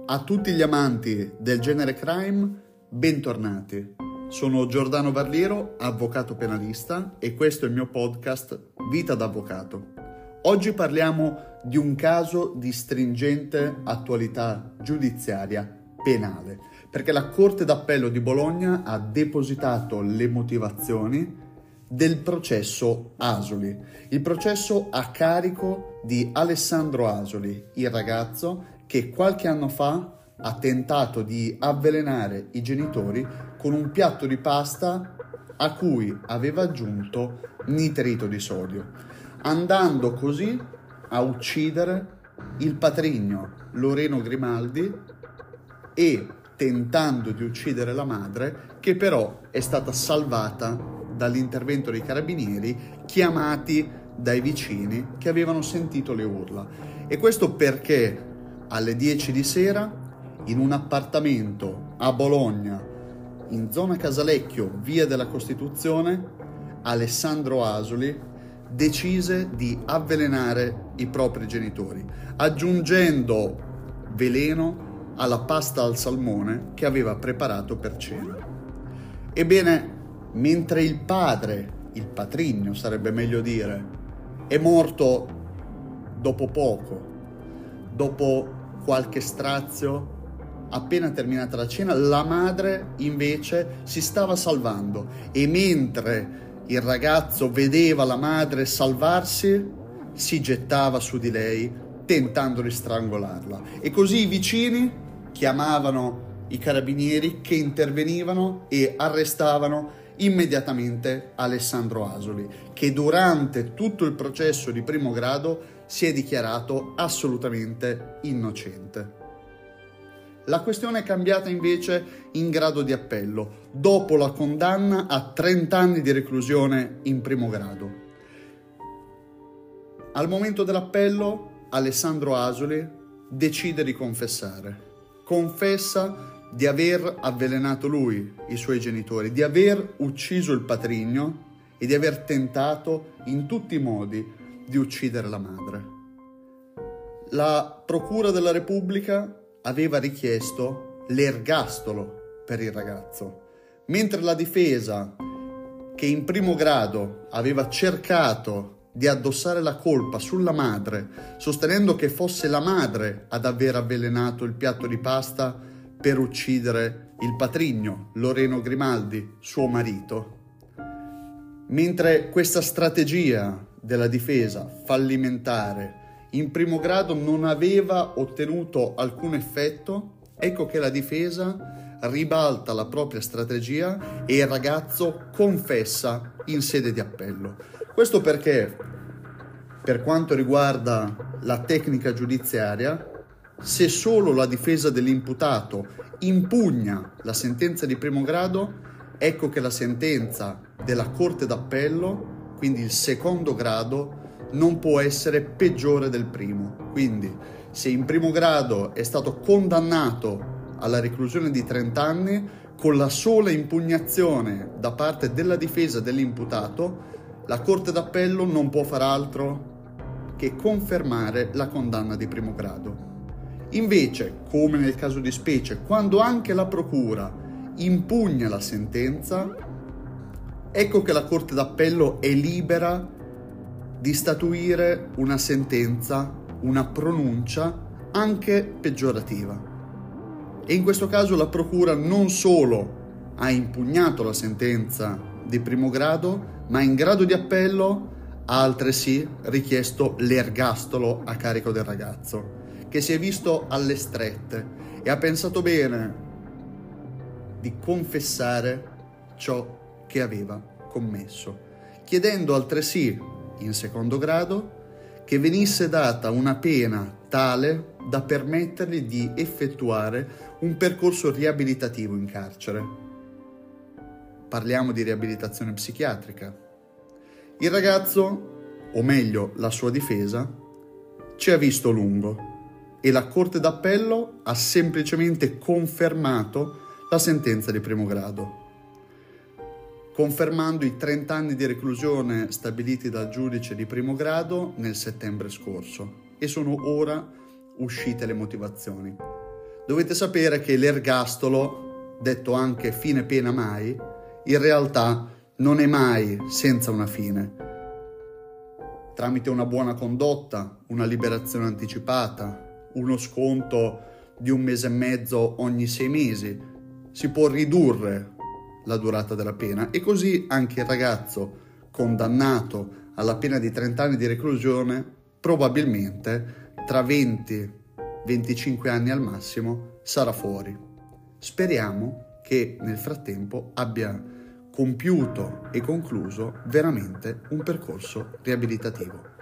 A tutti gli amanti del genere crime, bentornati. Sono Giordano Varliero, avvocato penalista, e questo è il mio podcast Vita d'Avvocato. Oggi parliamo di un caso di stringente attualità giudiziaria penale, perché la Corte d'Appello di Bologna ha depositato le motivazioni del processo Asoli, il processo a carico di Alessandro Asoli, il ragazzo che qualche anno fa ha tentato di avvelenare i genitori con un piatto di pasta a cui aveva aggiunto nitrito di sodio, andando così a uccidere il patrigno Loreno Grimaldi e tentando di uccidere la madre, che però è stata salvata dall'intervento dei carabinieri chiamati dai vicini che avevano sentito le urla. E questo perché alle 10 di sera, in un appartamento a Bologna, in zona Casalecchio, via della Costituzione, Alessandro Asoli decise di avvelenare i propri genitori, aggiungendo veleno alla pasta al salmone che aveva preparato per cena. Ebbene, mentre il padre, il patrigno sarebbe meglio dire, è morto dopo poco, dopo qualche strazio, appena terminata la cena, la madre invece si stava salvando, e mentre il ragazzo vedeva la madre salvarsi, si gettava su di lei tentando di strangolarla. E così i vicini chiamavano i carabinieri, che intervenivano e arrestavano immediatamente Alessandro Asoli, che durante tutto il processo di primo grado si è dichiarato assolutamente innocente. La questione è cambiata invece in grado di appello, dopo la condanna a 30 anni di reclusione in primo grado. Al momento dell'appello, Alessandro Asoli decide di confessare. Confessa di aver avvelenato lui, i suoi genitori, di aver ucciso il patrigno e di aver tentato in tutti i modi di uccidere la madre. La Procura della Repubblica aveva richiesto l'ergastolo per il ragazzo, mentre la difesa, che in primo grado aveva cercato di addossare la colpa sulla madre, sostenendo che fosse la madre ad aver avvelenato il piatto di pasta per uccidere il patrigno Loreno Grimaldi, suo marito. Mentre questa strategia della difesa fallimentare in primo grado non aveva ottenuto alcun effetto, ecco che la difesa ribalta la propria strategia e il ragazzo confessa in sede di appello. Questo perché, per quanto riguarda la tecnica giudiziaria, se solo la difesa dell'imputato impugna la sentenza di primo grado, ecco che la sentenza della Corte d'Appello, quindi il secondo grado, non può essere peggiore del primo. Quindi, se in primo grado è stato condannato alla reclusione di 30 anni, con la sola impugnazione da parte della difesa dell'imputato, la Corte d'Appello non può far altro che confermare la condanna di primo grado. Invece, come nel caso di specie, quando anche la Procura impugna la sentenza, ecco che la Corte d'Appello è libera di statuire una sentenza, una pronuncia anche peggiorativa. E in questo caso la Procura non solo ha impugnato la sentenza di primo grado, ma in grado di appello ha altresì richiesto l'ergastolo a carico del ragazzo, che si è visto alle strette e ha pensato bene di confessare ciò che aveva commesso, chiedendo altresì, in secondo grado, che venisse data una pena tale da permettergli di effettuare un percorso riabilitativo in carcere. Parliamo di riabilitazione psichiatrica. Il ragazzo, o meglio la sua difesa, ci ha visto lungo e la Corte d'Appello ha semplicemente confermato la sentenza di primo grado, confermando i 30 anni di reclusione stabiliti dal giudice di primo grado nel settembre scorso, e sono ora uscite le motivazioni. Dovete sapere che l'ergastolo, detto anche fine pena mai, in realtà non è mai senza una fine. Tramite una buona condotta, una liberazione anticipata, uno sconto di 1 mese e mezzo ogni 6 mesi, si può ridurre la durata della pena, e così anche il ragazzo condannato alla pena di 30 anni di reclusione probabilmente tra 20-25 anni al massimo sarà fuori. Speriamo che nel frattempo abbia compiuto e concluso veramente un percorso riabilitativo.